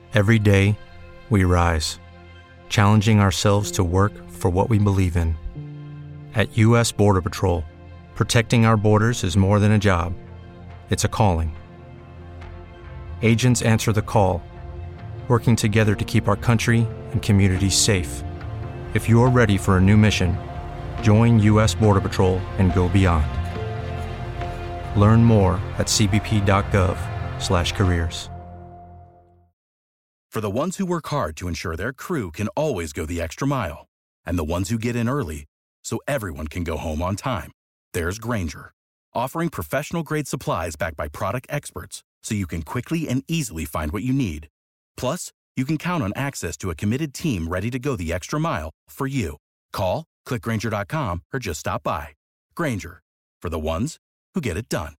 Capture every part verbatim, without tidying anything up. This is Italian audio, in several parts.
Every day, we rise, challenging ourselves to work for what we believe in. At U S Border Patrol, protecting our borders is more than a job. It's a calling. Agents answer the call, working together to keep our country and communities safe. If you're ready for a new mission, join U S Border Patrol and go beyond. Learn more at c b p dot gov slash careers. For the ones who work hard to ensure their crew can always go the extra mile, and the ones who get in early so everyone can go home on time, there's Grainger, offering professional-grade supplies backed by product experts so you can quickly and easily find what you need. Plus, you can count on access to a committed team ready to go the extra mile for you. Call, click Grainger dot com, or just stop by. Grainger, for the ones who get it done.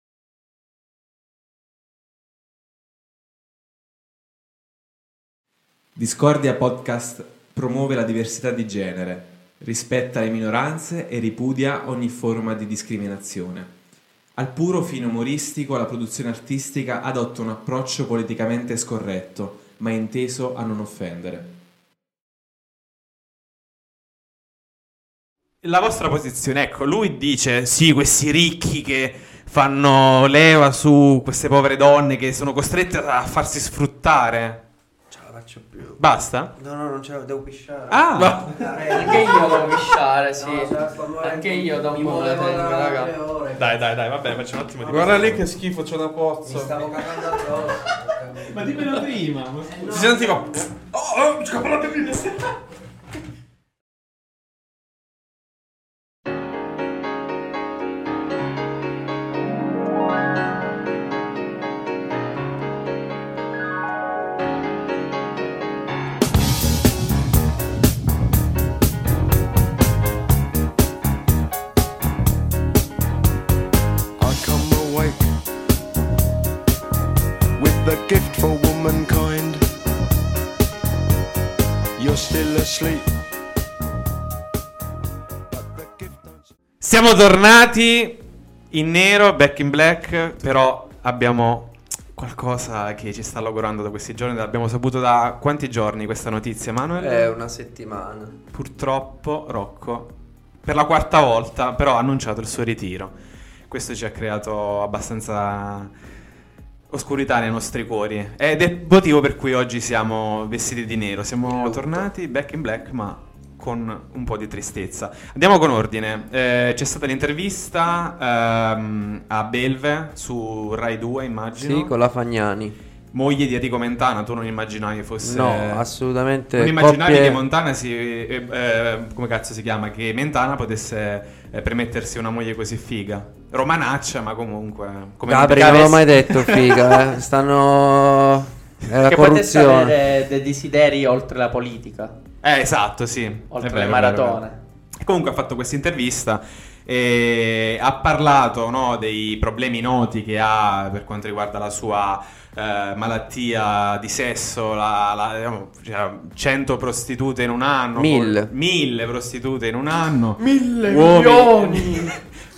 Discordia Podcast promuove la diversità di genere, rispetta le minoranze e ripudia ogni forma di discriminazione. Al puro fine umoristico, la produzione artistica adotta un approccio politicamente scorretto, ma inteso a non offendere. La vostra posizione, ecco, lui dice sì, questi ricchi che fanno leva su queste povere donne che sono costrette a farsi sfruttare. Faccio più. Basta? No, no, non ce la devo pisciare. Ah! No. Anche io devo pisciare, sì. No, anche io da un po' la tengo, raga. Dai, dai, dai, va bene, facciamo un attimo di guarda lì che schifo, c'è una pozza. Mi stavo cagando addosso. Ma dimmelo prima. Ma no. Si sentiva oh, oh, scappa la bellina. The gift for womankind. You're still asleep. Siamo tornati in nero, back in black, però abbiamo qualcosa che ci sta logorando da questi giorni. L'abbiamo saputo da quanti giorni questa notizia, Manuel? È una settimana. Purtroppo Rocco, per la quarta volta, però ha annunciato il suo ritiro. Questo ci ha creato abbastanza oscurità nei nostri cuori ed è il motivo per cui oggi siamo vestiti di nero. Siamo tornati back in black, ma con un po' di tristezza. Andiamo con ordine. Eh, c'è stata l'intervista ehm, a Belve su Rai due, immagino. Sì, con la Fagnani, moglie di Enrico Mentana. Tu non immaginavi fosse... No, assolutamente. Non immaginavi coppie... che Montana si... Eh, eh, come cazzo si chiama? Che Mentana potesse eh, permettersi una moglie così figa. Romanaccia, ma comunque... Come Gabri, non l'ho mai detto figa, eh. Stanno... È la che corruzione. potesse avere dei desideri oltre la politica. Eh, esatto, sì. Oltre vero, le maratone. vero, vero. Comunque ha fatto questa intervista e ha parlato, no, dei problemi noti che ha per quanto riguarda la sua eh, malattia di sesso, la, la, diciamo, cioè, cento prostitute in un anno, mille con, mille prostitute in un anno, mille uomini, milioni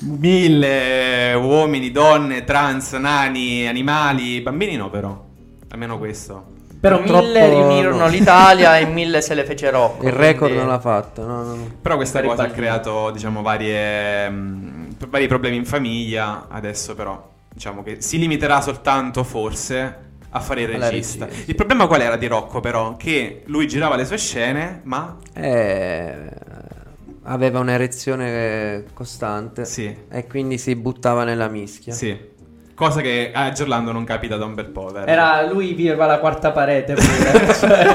mille uomini, donne, trans, nani, animali, bambini no, però almeno questo. Però Purtroppo mille riunirono no. l'Italia e mille se le fece Rocco. Il record quindi... non l'ha fatto, no, no. Però questa cosa ha bambini. creato, diciamo, varie, mh, vari problemi in famiglia. Adesso però, diciamo che si limiterà soltanto, forse, a fare il Alla regista. regia, sì. Il problema qual era di Rocco, però? Che lui girava le sue scene, ma... Eh, aveva un'erezione costante. Sì. E quindi si buttava nella mischia. Sì. Cosa che a Gerlando non capita da un bel po', vero? Era, lui viveva la quarta parete pure. Cioè,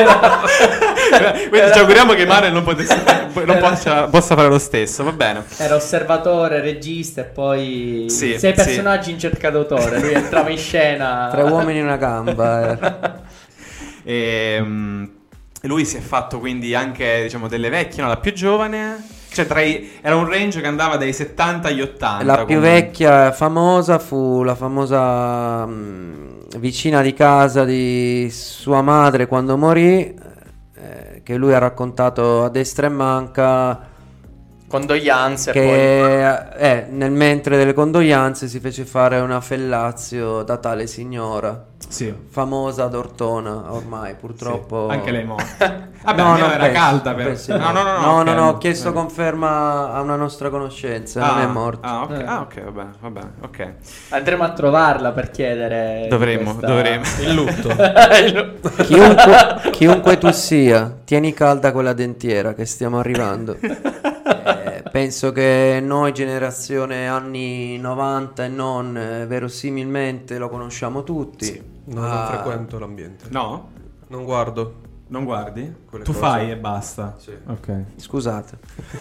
era, quindi ci auguriamo che Mare non, potesse, non possa, possa fare lo stesso, va bene. Era osservatore, regista e poi sì, sei personaggi sì. in cerca d'autore. Lui entrava in scena. Tre uomini in una gamba. Eh. E, um, lui si è fatto quindi anche, diciamo, delle vecchie, no? La più giovane... Cioè tra i, era un range che andava dai settanta agli ottanta. La più comunque. vecchia famosa fu la famosa mh, vicina di casa di sua madre quando morì, eh, che lui ha raccontato a destra e manca. Condoglianze. Che poi. Eh, nel mentre delle condoglianze si fece fare una fellazio da tale signora. Sì. famosa ad Ortona ormai, purtroppo. Sì, anche lei è morta. Vabbè, No, almeno non era penso, calda non per... penso di no, no, no, no, no, ok. no, no, ho chiesto Eh. conferma a una nostra conoscenza, non Ah, è morta. Ah, ok, Eh. ah, ok, va bene, va bene, ok. Andremo a trovarla per chiedere. di Dovremmo, questa- dovremmo. Il lutto. Il lutto. Chiunque, chiunque tu sia, tieni calda quella dentiera che stiamo arrivando. Eh, penso che noi, generazione anni novanta e non, eh, verosimilmente lo conosciamo tutti. Sì. No, Ah, non frequento l'ambiente. No? Non guardo. Non guardi? Quelle Tu cose. fai e basta. Sì. Ok. Scusate.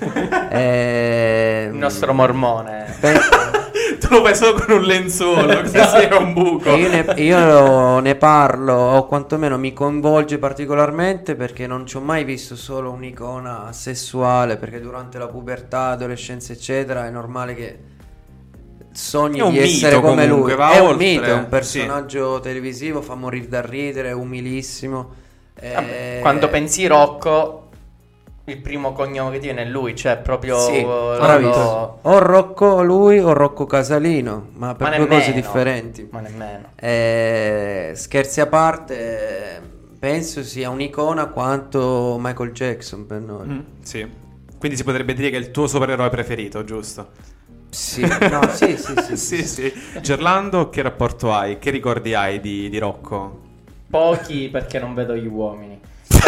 Eh, Il nostro mormone. pe- Tu lo fai solo con un lenzuolo, che sia un buco. io, ne, io ne parlo, o quantomeno mi coinvolge particolarmente perché non ci ho mai visto solo un'icona sessuale, perché durante la pubertà, adolescenza eccetera è normale che sogni È un di mito essere come comunque, lui. va È un oltre, mito, è un sì. personaggio televisivo, fa morire da ridere, è umilissimo. Vabbè, eh, quando pensi Rocco, il primo cognome che ti viene è lui, cioè proprio Sì, lo- bravissimo. O Rocco lui o Rocco Casalino, ma per Ma due cose nemmeno. differenti. Ma nemmeno. Eh, scherzi a parte, penso sia un'icona quanto Michael Jackson per noi. Mm, sì. Quindi si potrebbe dire che è il tuo supereroe preferito, giusto? Sì, no, sì, sì, sì, Sì, sì. Gerlando, che rapporto hai? Che ricordi hai di, di Rocco? Pochi perché non vedo gli uomini.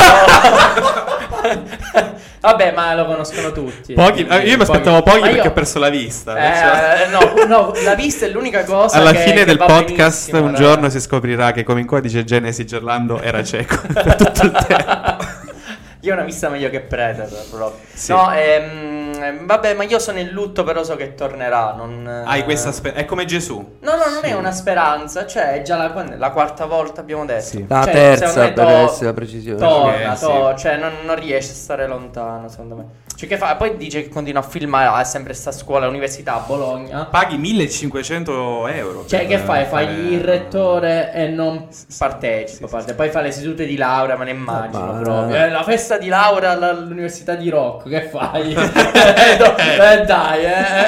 Però- Vabbè, ma lo conoscono tutti. Pochi? quindi eh, io mi aspettavo pochi Ma perché io- ho perso la vista. cioè. Eh, no, no, la vista è l'unica cosa Alla che- fine che del va podcast benissimo, un raga. giorno si scoprirà che come in codice Genesi Gerlando era cieco per tutto il tempo. Io ho una vista meglio che Predator proprio. Sì. No, ehm, vabbè, ma io sono in lutto, però so che tornerà. Non, Hai questa spe- è come Gesù. No, no, non è una speranza. Cioè, è già la, quando è? La quarta volta abbiamo detto. Sì. La Cioè, terza, secondo me per to- essere la precisione. Torna, Eh, sì. to- cioè non, non riesce a stare lontano, secondo me. Cioè, che fa? Poi dice che continua a filmare, ha sempre sta scuola, università a Bologna. Paghi millecinquecento euro. Cioè, per che fai? Fai fare- il rettore e non partecipa. parte. Poi fa le sedute di laurea, me ne immagino Ma- proprio. Eh, la festa di laurea alla- all'università di Rocco, che fai? eh, do- eh, dai,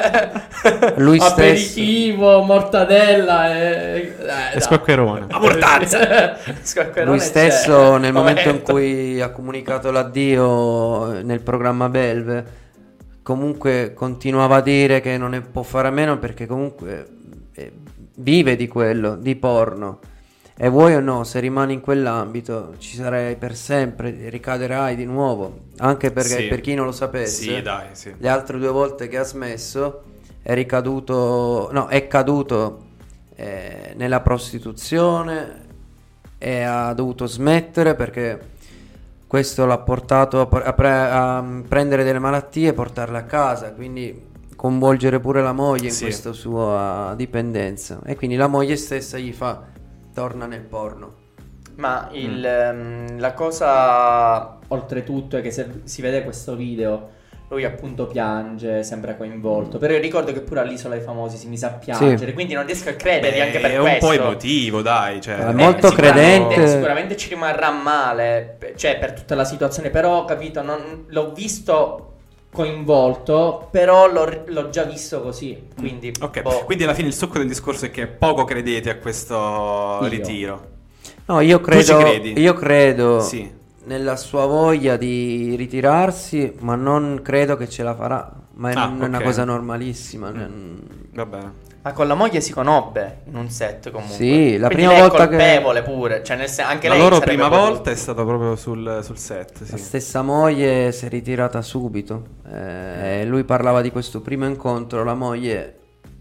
eh. Lui stesso. Aperitivo, mortadella e... Eh, E squacquerone. Squacquerone Lui c'è. stesso nel momento in Momento. cui ha comunicato l'addio nel programma Belve, comunque continuava a dire che non ne può fare a meno perché comunque eh, vive di quello, di porno. E vuoi o no, se rimani in quell'ambito ci sarai per sempre, ricaderai di nuovo. Anche perché Sì. per chi non lo sapesse, Sì, dai, sì. le altre due volte che ha smesso è ricaduto, no, è caduto eh, nella prostituzione e ha dovuto smettere perché questo l'ha portato a, pre- a pre- a prendere delle malattie e portarle a casa, quindi coinvolgere pure la moglie in Sì. questa sua dipendenza, e quindi la moglie stessa gli fa torna nel porno. Ma il, ehm, la cosa oltretutto è che se si vede questo video, lui appunto piange, sembra coinvolto. Però io ricordo che pure all'Isola dei Famosi si mise a piangere, Sì. quindi non riesco a credergli Beh, anche per è questo. un po' emotivo, dai. Cioè, È Eh, molto sicuramente- credente. Sicuramente ci rimarrà male, pe- cioè per tutta la situazione, però capito, non, l'ho visto coinvolto, però l'ho, l'ho già visto così, quindi Ok, boh. quindi alla fine il succo del discorso è che poco credete a questo Io. ritiro. No, io ci credo, credi? io credo Sì. nella sua voglia di ritirarsi, ma non credo che ce la farà. Ma è Ah, un- una ok. cosa normalissima. non- Va bene. Ma con la moglie si conobbe in un set comunque. Sì, la Quindi prima lei è volta che- colpevole pure, cioè nel sen- anche La lei loro sarebbe prima potuto- volta è stata proprio sul, sul set. La Sì. stessa moglie si è ritirata subito. Eh, lui parlava di questo primo incontro. La moglie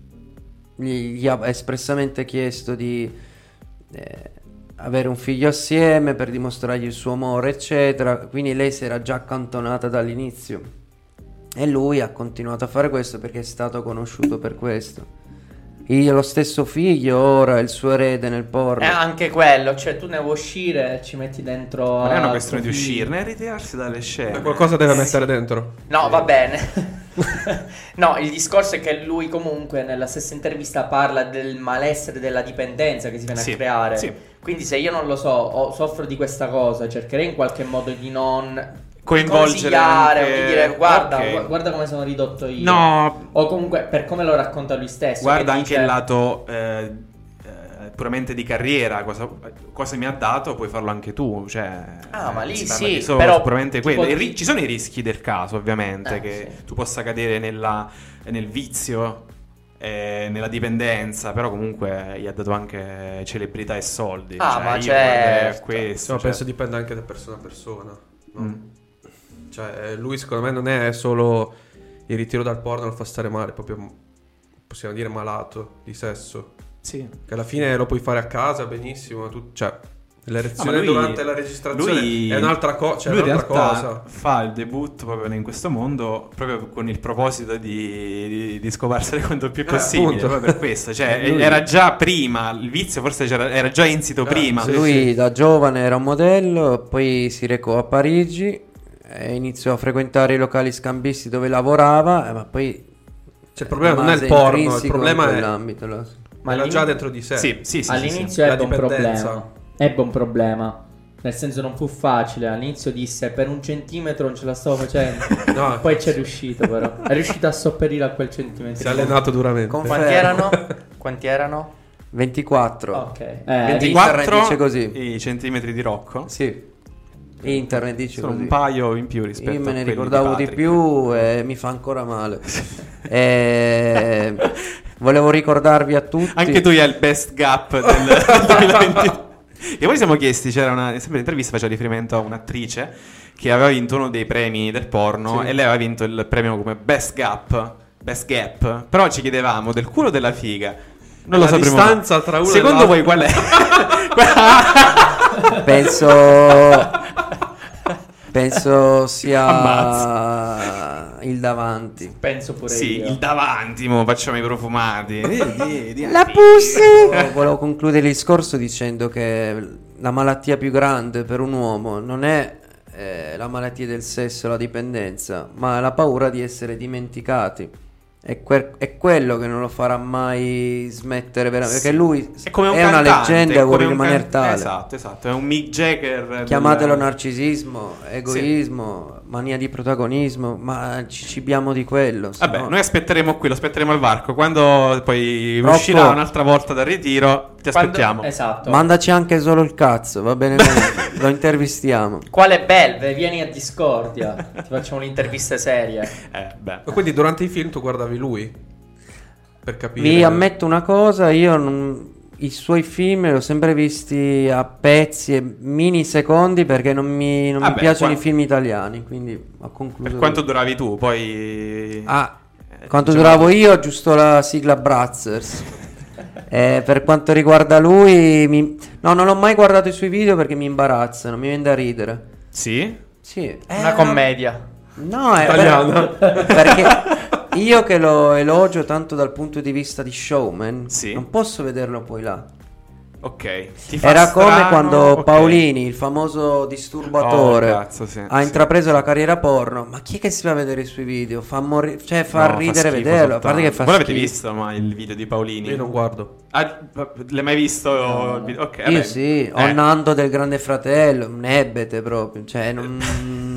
gli, gli ha espressamente chiesto di eh, avere un figlio assieme per dimostrargli il suo amore, eccetera. Quindi lei si era già accantonata dall'inizio. E lui ha continuato a fare questo perché è stato conosciuto per questo. Io lo stesso figlio ora è il suo erede nel porno. È anche quello, cioè tu ne vuoi uscire e ci metti dentro. Non è una altro questione di figlio. uscirne, è ritirarsi dalle scene. Qualcosa deve mettere dentro. No, va bene. No, il discorso è che lui comunque nella stessa intervista parla del malessere della dipendenza che si viene Sì, a creare. sì. Quindi se io non lo so o soffro di questa cosa, cercherei in qualche modo di non Coinvolgere consigliare anche- o di dire guarda, Ok. gu- guarda come sono ridotto io. No, O comunque per come lo racconta lui stesso. guarda che anche dice- il lato eh, eh, puramente di carriera, cosa, cosa mi ha dato, puoi farlo anche tu. Cioè, Ah, ma lì si parla sì, di solo, però puramente tipo quello. E ti- ri- ci sono i rischi del caso, ovviamente, Eh, che sì. tu possa cadere nella, nel vizio, eh, nella dipendenza, però comunque gli ha dato anche celebrità e soldi. Ah, cioè, ma io guarderei a certo. questo. No, cioè- penso dipenda anche da persona a persona. No? Mm. Cioè, lui secondo me non è solo il ritiro dal porno lo fa stare male, proprio possiamo dire malato di sesso. Sì. Che alla fine lo puoi fare a casa benissimo, tu, cioè l'erezione Ah, ma lui- durante la registrazione lui- è un'altra, co- cioè, lui è in un'altra realtà cosa. fa il debutto proprio in questo mondo proprio con il proposito di, di, di scoparsene quanto più Eh, possibile, appunto. proprio per questo, cioè Lui- era già prima, il vizio forse c'era- era già insito prima. sì. Lui da giovane era un modello, poi si recò a Parigi e iniziò a frequentare i locali scambisti dove lavorava, eh, ma poi Cioè, il problema non è il rimase porno, il intrinseco problema in è quell'ambito là. Ma era all'ini- già dentro di sé. Sì, sì, sì, sì, All'inizio La ebbe un dipendenza. problema. Ebbe un problema. Nel senso non fu facile. All'inizio disse per un centimetro non ce la stavo facendo. No, Poi c'è riuscito però. È riuscito a sopperire a quel centimetro. si è allenato duramente. Con- Quanti Confermo. erano? Quanti erano? ventiquattro. Ok. Eh, ventiquattro ventiquattro dice così. i centimetri di Rocco. Sì. Internet dice Sono così. un paio in più rispetto Io me a ne quelli ricordavo di, Patrick. più e mi fa ancora male. E volevo ricordarvi a tutti. Anche tu hai il best gap del, del duemilaventi. E poi siamo chiesti, c'era una sempre l'intervista faceva riferimento a un'attrice che aveva vinto uno dei premi del porno e lei aveva vinto il premio come best gap, best gap. Però ci chiedevamo del culo o della figa. Non La lo sapremo distanza mai. tra uno e Secondo voi l'altro. qual è? Penso Penso sia Ammazza. il davanti. penso pure Sì, io. il davanti, mo facciamo i profumati. Di- di- di- La pussy! Volevo concludere il discorso dicendo che la malattia più grande per un uomo non è eh, la malattia del sesso, la dipendenza, ma la paura di essere dimenticati. È, que- è quello che non lo farà mai smettere veramente. Sì. Perché lui È come un è una cantante, leggenda è e vuole come un rimanere can- tale. Esatto, esatto, è un Mick Jagger. Chiamatelo del- narcisismo, egoismo, mania di protagonismo, ma ci cibiamo di quello. Vabbè, sennò- noi aspetteremo qui, lo aspetteremo al varco. Quando poi Rocco. uscirà un'altra volta dal ritiro, ti Quando- aspettiamo. Esatto. Mandaci anche solo il cazzo, va bene così. Lo intervistiamo. Quale belve? Vieni a Discordia. Ti facciamo le interviste serie. Eh, beh. Ma quindi durante i film tu guardavi lui? Per capire. Vi ammetto una cosa, io non- i suoi film li ho sempre visti a pezzi e mini secondi perché non mi, non mi Vabbè, piacciono qua- i film italiani, quindi ho concluso. Per quanto così. duravi tu, poi... Ah, eh, quanto diciamo- duravo io, giusto la sigla Brazzers. Eh, per quanto riguarda lui, mi- no, non ho mai guardato i suoi video perché mi imbarazzano, mi viene da ridere. Sì? Sì, eh, Una commedia. No, è Italiana. per- perché io che lo elogio tanto dal punto di vista di showman, Sì. non posso vederlo poi là. Ok. Ti fa Era come strano? quando Ok. Paolini, il famoso disturbatore, Oh, cazzo, sì, ha sì. intrapreso la carriera porno. Ma chi è che si va a vedere i suoi video? Fa morire, cioè fa No, ridere schifo vederlo. A parte soltanto. che fa Voi l'avete schifo. visto ma il video di Paolini? Io non guardo. Ah, l'hai mai visto il video? Ok, Io vabbè. sì, ho Eh. Nando del Grande Fratello, un ebete proprio, cioè non...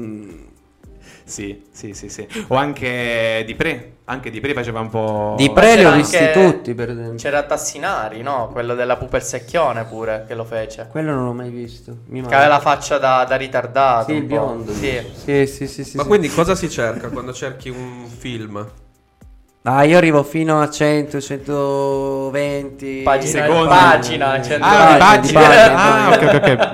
Sì, sì, sì, sì. O anche Di Pre. Anche Di Pre faceva un po'... Di Pre li c'era ho visti anche- tutti, per esempio. C'era Tassinari, no? Quello della pupa il secchione pure che lo fece. Quello non l'ho mai visto. Mi Che manca. aveva la faccia da, da ritardato. Sì, un il po'. biondo. Sì. Sì, sì, sì, sì, Ma sì. quindi cosa si cerca quando cerchi un film? Ah, io arrivo fino a cento, centoventi Pagina, Secondi. pagina, cioè- Ah, di Pagina, pagina. di Ah, ok, ok, ok.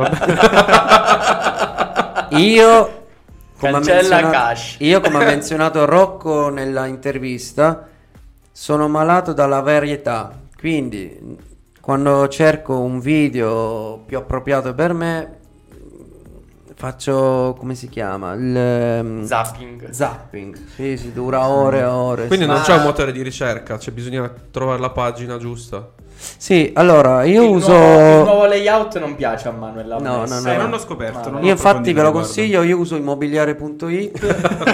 Vabbè. Io come, ha Cancella menzionato, cash. io come ha menzionato Rocco nella intervista, sono malato dalla varietà. Quindi quando cerco un video più appropriato per me, faccio, come si chiama? Il ehm, Zapping. zapping. Sì, si dura ore e ore. Quindi sì. non Ma- c'è un motore di ricerca, cioè bisogna trovare la pagina giusta. Sì, allora io Il uso nuovo, il nuovo layout non piace a Manuel. l'ha No, messo. no, Eh, no. non l'ho scoperto. Ma- non ho Io infatti ve lo approfondito, guarda. consiglio, io uso immobiliare punto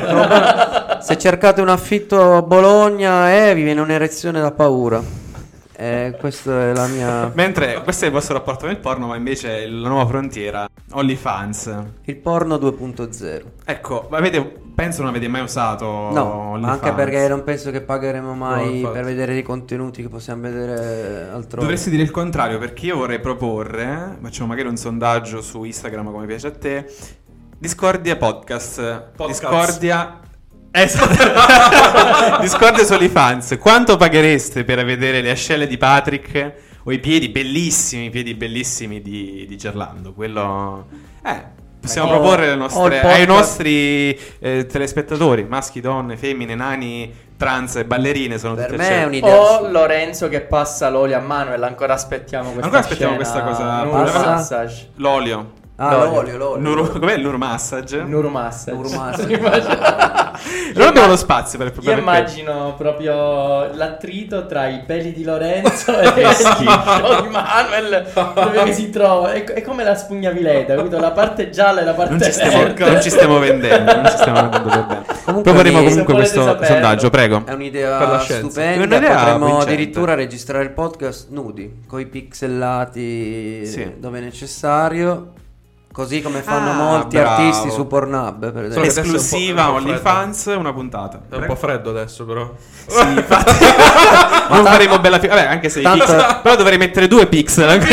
it. Se cercate un affitto a Bologna, eh, vi viene un'erezione da paura. Eh, questa è la mia... Mentre questo è il vostro rapporto con il porno, ma invece la nuova frontiera, OnlyFans. Il porno due punto zero. Ecco, avete, penso non avete mai usato No, OnlyFans. anche perché non penso che pagheremo mai No, infatti. per vedere dei contenuti che possiamo vedere altrove. Dovresti dire il contrario, perché io vorrei proporre, facciamo magari un sondaggio su Instagram come piace a te, Discordia Podcast. Podcast. Discordia... Esatto. Discordia su OnlyFans. Quanto paghereste per vedere le ascelle di Patrick o i piedi bellissimi, i piedi bellissimi di, di Gerlando? Quello... Eh... Possiamo O- proporre le o il nostre, podcast- ai nostri eh, telespettatori, maschi, donne, femmine, nani, trans e ballerine. Sono Per tutte me è scelte. un'idea. O Lorenzo che passa l'olio a Manuel, ancora aspettiamo questa Ancora aspettiamo scena. questa cosa. Nur Passa? massage. L'olio. Ah, l'olio, l'olio. Nur- com'è il Nur Massage? Nur massage. Nur massage. Immagino- Non abbiamo lo spazio per Io per- immagino proprio l'attrito tra i peli di Lorenzo e il liscio di Manuel dove mi si trova. È, è come la spugnavileta, capito? La parte gialla e la parte Non ci, stiamo, verde. non ci stiamo vendendo, non ci stiamo vendendo per bene. Comunque Proporremo mi- comunque se volete questo saperlo. sondaggio, prego. È un'idea Per la scienza. È stupenda. un'idea Potremmo vincente. addirittura registrare il podcast nudi, coi pixellati Sì. dove necessario. Così come fanno Ah, molti bravo. artisti su Pornhub, per Solo esempio. che adesso è un po'- Esclusiva è un po' OnlyFans, una puntata. È un po' freddo adesso, però. Sì, infatti. Non faremo bella fi- Vabbè, anche se i Tanto- pixel. Però dovrei mettere due pixel. anche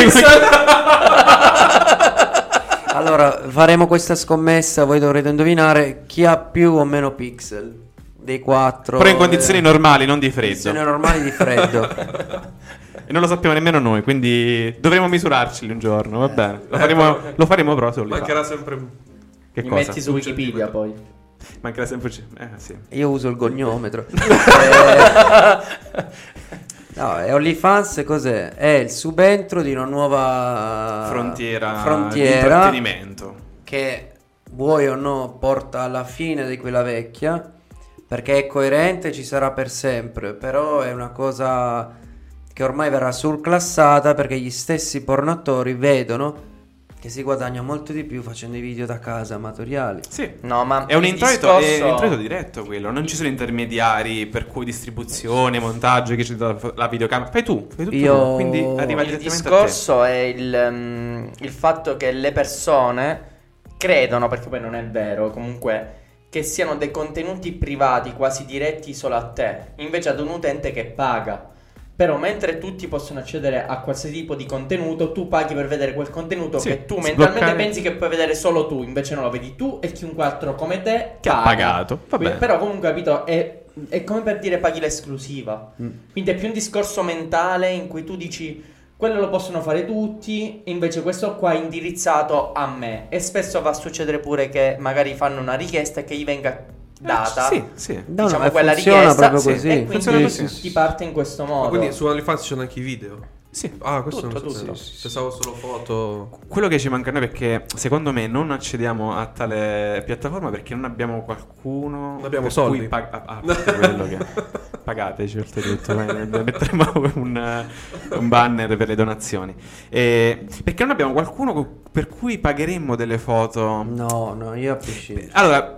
Allora, faremo questa scommessa, voi dovrete indovinare chi ha più o meno pixel dei quattro. Però in condizioni eh, normali, non di condizioni freddo. normali di freddo. E non lo sappiamo nemmeno noi, quindi dovremo misurarceli un giorno, va bene. Lo faremo, lo faremo però su OnlyFans. Mancherà sempre. Che Mi cosa? metti su Wikipedia poi. Mancherà sempre. Eh, sì. Io uso il gognometro. Eh, no, e OnlyFans cos'è? È il subentro di una nuova Frontiera, di frontiera intrattenimento. che vuoi o no porta alla fine di quella vecchia, perché è coerente, ci sarà per sempre, però è una cosa che ormai verrà surclassata perché gli stessi pornatori vedono che si guadagna molto di più facendo i video da casa amatoriali. Sì. No, ma È un il introito, è discorso- un introito diretto quello, non ci sono intermediari per cui distribuzione, montaggio, che c'è la, la videocamera. Fai tu, fai tutto Io- tu, quindi arriva Il direttamente discorso è il, um, il fatto che le persone credono, perché poi non è vero, comunque, che siano dei contenuti privati quasi diretti solo a te, invece ad un utente che paga. Però mentre tutti possono accedere a qualsiasi tipo di contenuto, tu paghi per vedere quel contenuto Sì, che tu mentalmente sbloccare- pensi che puoi vedere solo tu, invece non lo vedi tu e chiunque altro come te Che ha paga. pagato, va bene. Però comunque, capito, è, è come per dire paghi l'esclusiva. Mm. Quindi è più un discorso mentale in cui tu dici quello lo possono fare tutti, invece questo qua è indirizzato a me. E spesso va a succedere pure che magari fanno una richiesta e che gli venga data, Sì, sì. No, diciamo, no, quella funziona richiesta, proprio sì, così. e quindi Funziona così. si parte in questo modo. Ma quindi su OnlyFans ci sono anche i video? Sì. Ah, questo Tutto, non so. tutto. Sì, sì, sì. Pensavo solo foto. Quello che ci manca a noi, perché secondo me non accediamo a tale piattaforma perché non abbiamo qualcuno. Non abbiamo per soldi. cui pag- ah, ah, perché quello che pagateci oltretutto. vai, metteremo un, un banner per le donazioni. E perché non abbiamo qualcuno co- per cui pagheremmo delle foto. No, no, io a prescindere. Allora,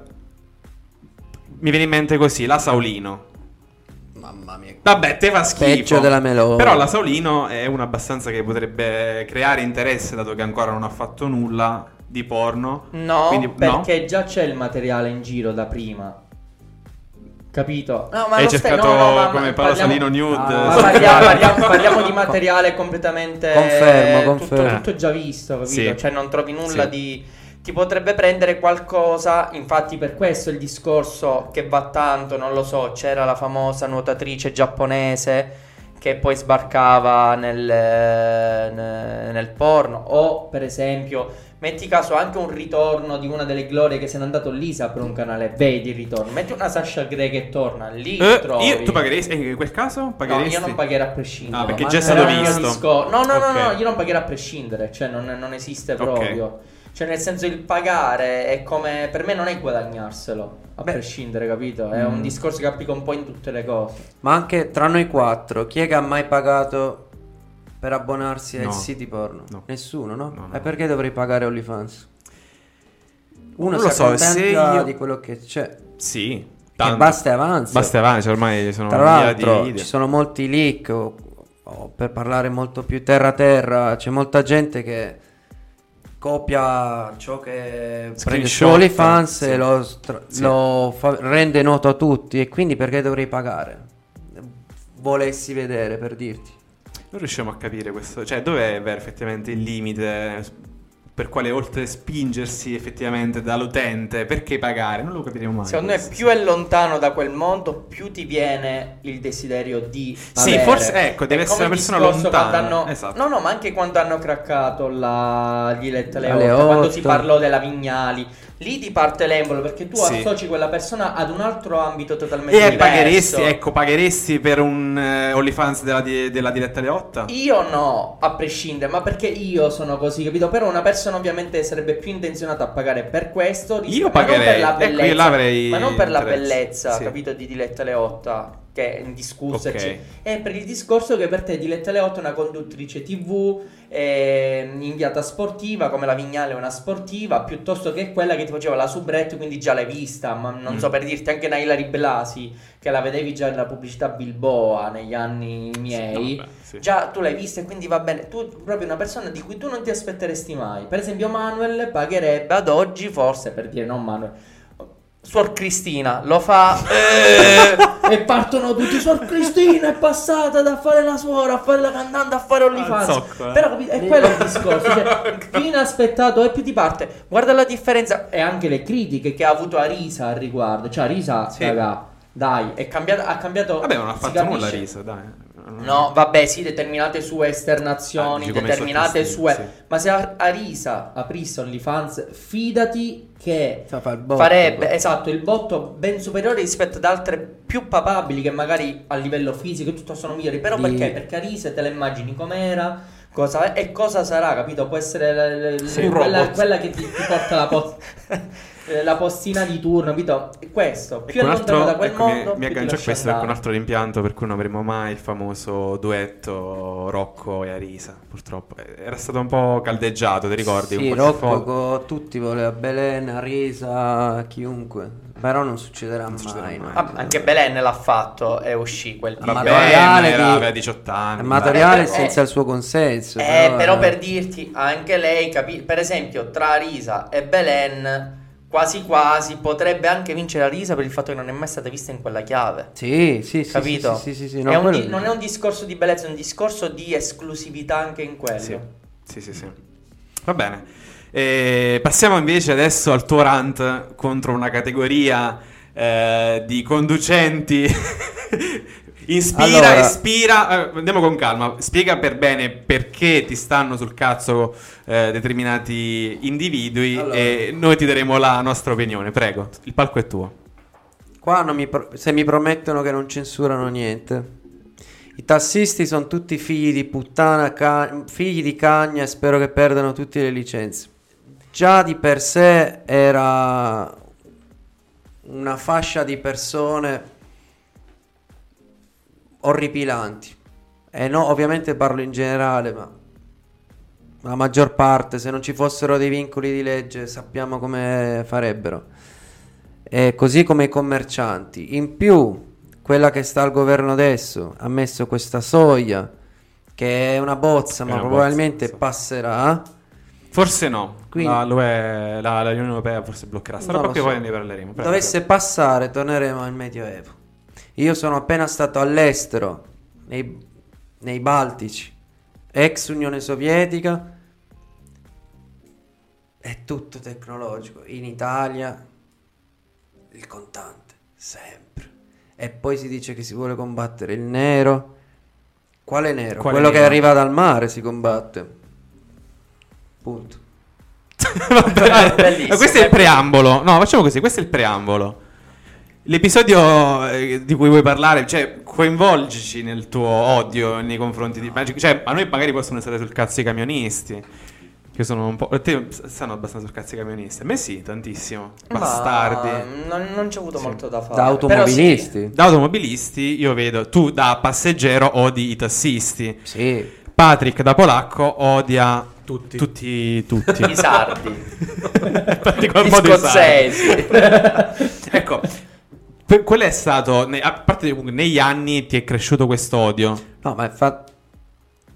mi viene in mente così, la Saulino. Mamma mia. Vabbè, te fa schifo. Peggio della Meloni. Però la Saulino è una abbastanza che potrebbe creare interesse, dato che ancora non ha fatto nulla di porno. No, Quindi- perché già c'è il materiale in giro da prima. Capito? No, ma Hai lo stai- cercato no, no, ma- come ma Paolo parliamo- Salino nude. Ah, Ma Sì. parliamo, parliamo- parliamo di materiale completamente Confermo, tutto, confermo. tutto già visto, capito? Sì. Cioè non trovi nulla Sì. di... Ti potrebbe prendere qualcosa, infatti per questo il discorso che va tanto, non lo so, c'era la famosa nuotatrice giapponese che poi sbarcava nel, nel, nel porno, o per esempio, metti caso anche un ritorno di una delle glorie che se n'è andato lì, si apre un canale, vedi il ritorno, metti una Sasha Grey che torna, lì Eh, trovi. io, tu pagheresti? eh, in quel caso No, pagheresti? io non pagherei a prescindere. Ah, perché Ma già è no, stato Però il mio visto. discor- No, no, no, Ok. no, io non pagherei a prescindere, cioè non, non esiste Ok. proprio. Cioè nel senso il pagare è come, per me non è guadagnarselo, a Beh. prescindere, capito? È Mm. un discorso che applica un po' in tutte le cose. Ma anche tra noi quattro, chi è che ha mai pagato per abbonarsi ai No. siti porno? No. Nessuno, no? No, no. E perché dovrei pagare OnlyFans? Uno Non si lo so, accontenta se io- di quello che c'è. Sì. Che tanto. basta e avanza. Basta e avanti, cioè ormai sono Tra miliardi di l'altro video. ci sono molti leak o, oh, per parlare molto più terra terra, c'è molta gente che copia ciò che prende su OnlyFans sì. e lo, stra- Sì. lo fa- rende noto a tutti, e quindi perché dovrei pagare? Volessi vedere, per dirti. Non riusciamo a capire questo, cioè dov'è vero, effettivamente il limite per quale oltre spingersi effettivamente dall'utente, perché pagare? Non lo capiremo mai. Secondo me questo. più è lontano da quel mondo, più ti viene il desiderio di Sì, avere. forse, ecco, deve È essere come una il persona discorso lontana. quando hanno- Esatto. No, no, ma anche quando hanno craccato la... gli Letta alle Alle otto, quando si otto. parlò della Vignali. Lì ti parte l'embolo perché tu Sì. associ quella persona ad un altro ambito totalmente E diverso. pagheresti, ecco, pagheresti per un eh, OnlyFans della, di- della diretta Leotta? Io no, a prescindere, ma perché io sono così, capito? Però una persona ovviamente sarebbe più intenzionata a pagare per questo, ris- Io ma non per pagherei, la ecco, io bellezza, là avrei ma non per la interesse. bellezza, Sì. capito, di Diletta Leotta, che è indiscussa, Ok. eccetera. È per il discorso che per te Diletta Leotta è una conduttrice tivù, è inviata sportiva, come la Vignale è una sportiva, piuttosto che quella che ti faceva la soubrette, quindi già l'hai vista, ma non Mm. so, per dirti, anche una Ilary Blasi, che la vedevi già nella pubblicità Bilboa negli anni miei. No, beh, sì. Già tu l'hai vista e quindi va bene. Tu proprio una persona di cui tu non ti aspetteresti mai. Per esempio Manuel pagherebbe ad oggi, forse, per dire non Manuel, Suor Cristina lo fa eh, e partono tutti. Suor Cristina è passata da fare la suora a fare la cantante a fare OnlyFans. Al zocco, eh. Però capito, è quello il discorso, cioè, più inaspettato e più ti parte. Guarda la differenza e anche le critiche che ha avuto Arisa al riguardo. Cioè Arisa, Sì. raga, dai, è cambiato, ha cambiato. Vabbè, non ha si fatto capisce. nulla Risa, dai. No, vabbè, sì, determinate sue esternazioni, Ah, dici come determinate Suor sue. Cristina, sì. Ma se Ar- Arisa aprisse OnlyFans, fidati che Sa fa il botto, farebbe, poi. esatto, il botto ben superiore rispetto ad altre più papabili che magari a livello fisico e tutto sono migliori. Però Di- perché? Perché Arisa te la immagini com'era, cosa è e cosa sarà, capito? Può essere la- la- Sì, un quella, robot. quella che ti, ti porta la posta. La postina di turno, capito? E questo, più è Ecco, un lontano altro, da quel ecco, mi- mondo, mi, più ti aggancio a lascia questo, ecco un andare. altro rimpianto per cui non avremo mai il famoso duetto Rocco e Arisa, purtroppo. Era stato un po' caldeggiato, ti ricordi? Sì, Un po' di Rocco foto. co- tutti voleva Belen, Arisa, chiunque. Però non succederà succederà mai. mai. no. Ah, anche Belen l'ha fatto e uscì quel Ma video. Vabbè, Amatoriale era- di- aveva diciotto anni. Amatoriale Eh, senza eh. il suo consenso. Eh, però eh. per dirti, anche lei, capi- per esempio, tra Arisa e Belen, quasi quasi potrebbe anche vincere Arisa per il fatto che non è mai stata vista in quella chiave. Sì, sì, sì. Capito? Sì, sì, sì, sì, È no, un quello- di- non è un discorso di bellezza, è un discorso di esclusività anche in quello. Sì, sì, sì, sì. Va bene. E passiamo invece adesso al tuo rant contro una categoria eh, di conducenti. Ispira, Allora- ispira, eh, andiamo con calma, spiega per bene perché ti stanno sul cazzo eh, determinati individui Allora. e noi ti daremo la nostra opinione, prego, il palco è tuo. Qua non mi pro- se mi promettono che non censurano niente. I tassisti sono tutti figli di puttana, ca- figli di cagna, e spero che perdano tutte le licenze. Già di per sé era una fascia di persone orripilanti. E no, ovviamente parlo in generale, ma la maggior parte, se non ci fossero dei vincoli di legge, sappiamo come farebbero. E così come i commercianti. In più, quella che sta al governo adesso ha messo questa soglia, che è una bozza, È ma una probabilmente bozza, sì. passerà. Forse no, Quindi- la, l'U E la, la Unione Europea forse bloccherà, sta Non roba lo che so. poi ne parleremo. Prego, Dovesse passare, torneremo al Medioevo. Io sono appena stato all'estero, nei, nei Baltici, ex Unione Sovietica. È tutto tecnologico. In Italia il contante, sempre. E poi si dice che si vuole combattere il nero. Quale nero? Quale Quello che nero? arriva dal mare si combatte. Punto. Vabbè, Bellissimo. ma questo è il preambolo. No, facciamo così, questo è il preambolo. L'episodio eh, di cui vuoi parlare, cioè coinvolgici nel tuo odio nei confronti di... Cioè, a noi magari possono stare sul cazzo i camionisti, che sono un po'... A te stanno abbastanza sul cazzo i camionisti. A me sì, tantissimo. Ma Bastardi. non, non c'è avuto molto da fare. Da automobilisti. Da automobilisti io vedo, tu da passeggero odi i tassisti. Sì. Patrick da polacco odia Tutti. tutti, tutti. Però sì, i sardi, In particolar gli modo i sardi. scozzesi. Ecco, per- quello è stato, ne- a parte comunque negli anni ti è cresciuto questo odio. No, ma infatti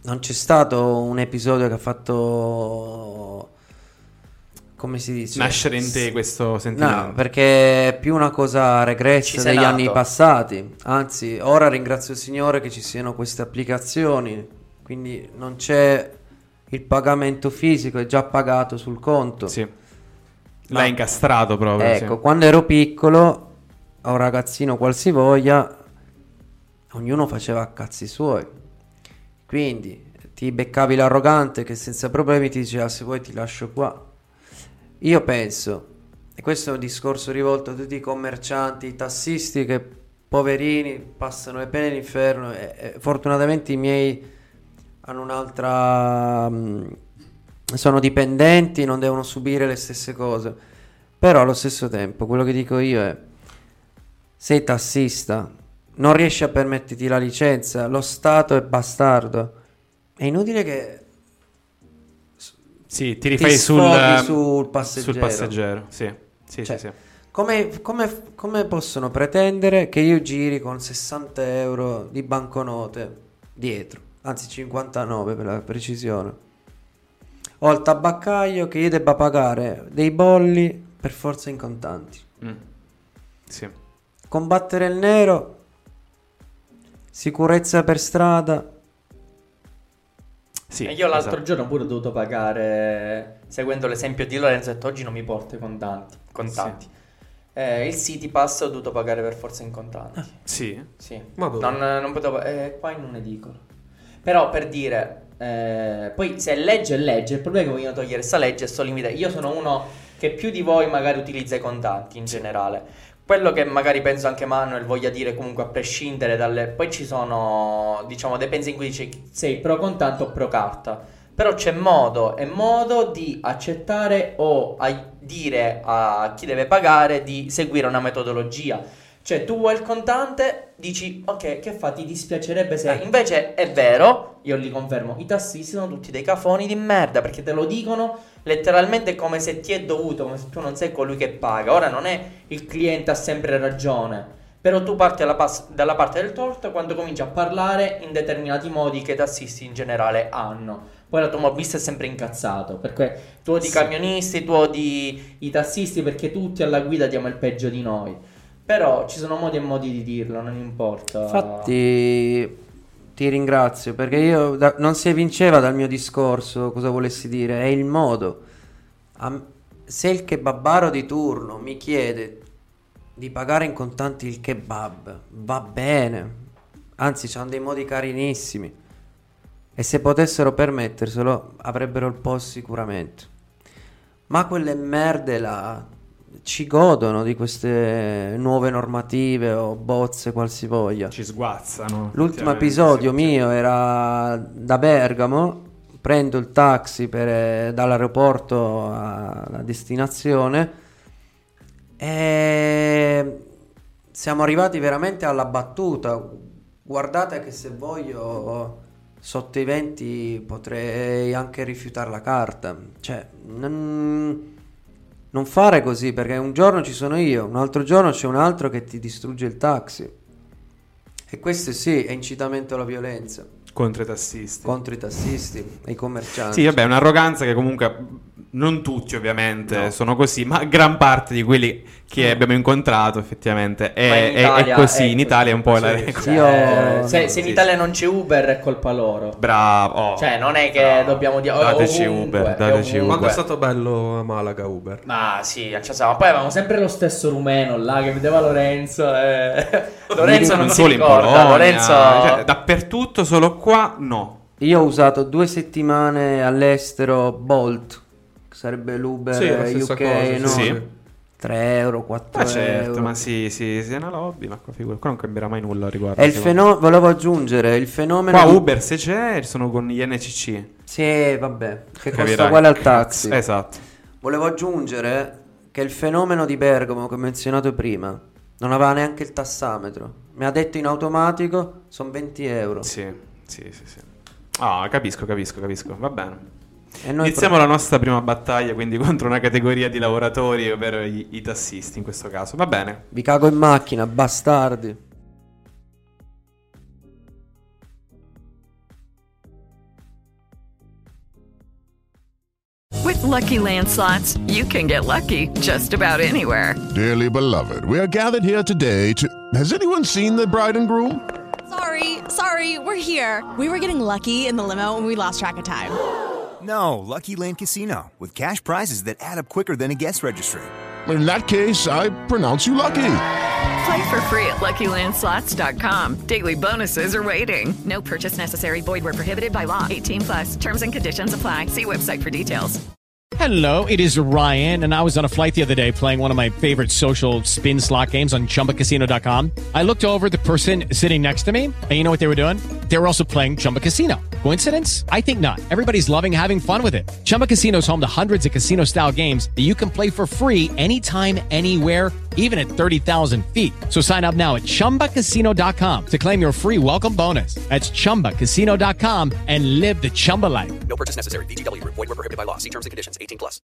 non c'è stato un episodio che ha fatto, come si dice, nascere in te questo sentimento. No, perché è più una cosa Ci regressa sei degli nato. anni passati. Anzi, ora ringrazio il Signore che ci siano queste applicazioni, quindi non c'è il pagamento fisico, è già pagato sul conto. Sì. L'hai incastrato proprio. Ecco, sì. quando ero piccolo, o un ragazzino qualsivoglia, ognuno faceva a cazzi suoi. Quindi ti beccavi l'arrogante che senza problemi ti diceva se vuoi ti lascio qua. Io penso, e questo è un discorso rivolto a tutti i commercianti, i tassisti che poverini passano le pene d'inferno e, e fortunatamente i miei hanno un'altra... mh, sono dipendenti, non devono subire le stesse cose. Però allo stesso tempo quello che dico io è: sei tassista, non riesci a permetterti la licenza, lo Stato è bastardo, è inutile che Sì, ti ti rifai sul, sfoghi sul passeggero. sul passeggero. Sì, sì, Cioè, sì, sì. Come, come- come possono pretendere che io giri con sessanta euro di banconote dietro, anzi cinquantanove per la precisione? Ho il tabaccaio che io debba pagare dei bolli per forza in contanti. Mm. Sì. Combattere il nero, sicurezza per strada. Sì, E io l'altro esatto. giorno pure ho dovuto pagare, seguendo l'esempio di Lorenzo, ho detto oggi non mi porto i contanti. contanti. Eh, il City Pass ho dovuto pagare per forza in contanti. Sì. Sì. Ma dove? Non, non potevo... Eh, qua in un edicolo. Però per dire... eh, poi se legge è legge. Il problema è che vogliono togliere sta legge e sto limite. Io sono uno che più di voi magari utilizza i contanti in generale. Quello che magari penso anche Manuel voglia dire comunque a prescindere dalle... Poi ci sono, diciamo, dei pensi in cui dice sei pro contanto o pro carta. Però c'è modo e modo di accettare o a dire a chi deve pagare di seguire una metodologia. Cioè tu vuoi il contante, dici ok, che fa? Ti dispiacerebbe se... Invece è vero, io li confermo, i tassisti sono tutti dei cafoni di merda perché te lo dicono letteralmente come se ti è dovuto, come se tu non sei colui che paga. Ora non è il cliente ha sempre ragione, però tu parti dalla, pas- dalla parte del torto quando cominci a parlare in determinati modi che i tassisti in generale hanno. Poi l'automobilista è sempre incazzato perché tu odi i camionisti, tu odi i tassisti perché tutti alla guida diamo il peggio di noi. Però ci sono modi e modi di dirlo, non importa. Infatti ti ringrazio perché io da- non si evinceva dal mio discorso cosa volessi dire, è il modo. Am- se il kebabaro di turno mi chiede di pagare in contanti il kebab, va bene, anzi c'hanno dei modi carinissimi e se potessero permetterselo avrebbero il post sicuramente. Ma quelle merde là ci godono di queste nuove normative o bozze qualsivoglia. Ci sguazzano. L'ultimo effettivamente, episodio sì. mio era da Bergamo, prendo il taxi per- dall'aeroporto alla destinazione e siamo arrivati veramente alla battuta. Guardate che se voglio sotto i venti potrei anche rifiutare la carta. Cioè, non, non fare così perché un giorno ci sono io, un altro giorno c'è un altro che ti distrugge il taxi. E questo sì, è incitamento alla violenza Contro i tassisti. contro i tassisti e i commercianti. Sì, vabbè, è un'arroganza che comunque non tutti ovviamente No. sono così, ma gran parte di quelli che abbiamo incontrato effettivamente Ma è, in è- è Italia così. è In Italia è un po' la Sì, regola. sì. Io- Eh, se, se in Sì, Italia sì. non c'è Uber è colpa loro. Bravo. oh. Cioè non è che Bravo. dobbiamo dire oh, Dateci ovunque, Uber, è dateci ovunque. Quando è Uber. stato bello a Malaga Uber? Ma sì, cioè, ma poi avevamo sempre lo stesso rumeno là che vedeva Lorenzo. E... Lorenzo non, si solo in ricorda. Polonia, Lorenzo cioè, dappertutto, solo qua no. Io ho usato due settimane all'estero Bolt, che sarebbe l'Uber Sì, la U stessa K, cosa, no? sì. tre euro, quattro Ma certo, euro. ma sì, sì, sì, è una lobby, ma qua, figura, qua non cambierà mai nulla al riguardo. E il secondo fenomeno, volevo aggiungere, il fenomeno me. Qua di- Uber se c'è, sono con gli N C C. Sì, vabbè, che costa Capirai. uguale al taxi. Esatto. Volevo aggiungere che il fenomeno di Bergamo che ho menzionato prima non aveva neanche il tassametro. Mi ha detto in automatico, sono venti euro. Sì, sì, sì, sì. Ah, capisco, capisco, capisco. Va bene. E noi Iniziamo pro- la nostra prima battaglia, quindi contro una categoria di lavoratori, ovvero i, i tassisti in questo caso. Va bene. Vi cago in macchina, bastardi. Lucky Land Slots, you can get lucky just about anywhere. Dearly beloved, we are gathered here today to... Has anyone seen the bride and groom? Sorry, sorry, we're here. We were getting lucky in the limo and we lost track of time. No, Lucky Land Casino, with cash prizes that add up quicker than a guest registry. In that case, I pronounce you lucky. Play for free at lucky land slots dot com. Daily bonuses are waiting. No purchase necessary. Void where prohibited by law. eighteen plus. Terms and conditions apply. See website for details. Hello, it is Ryan, and I was on a flight the other day playing one of my favorite social spin slot games on chumba casino dot com. I looked over at the person sitting next to me, and you know what they were doing? They were also playing Chumba Casino. Coincidence? I think not. Everybody's loving having fun with it. Chumba Casino is home to hundreds of casino-style games that you can play for free anytime, anywhere, even at thirty thousand feet. So sign up now at chumba casino dot com to claim your free welcome bonus. That's chumba casino dot com and live the Chumba life. No purchase necessary. V G W. Void where prohibited by law. See terms and conditions. eighteen plus.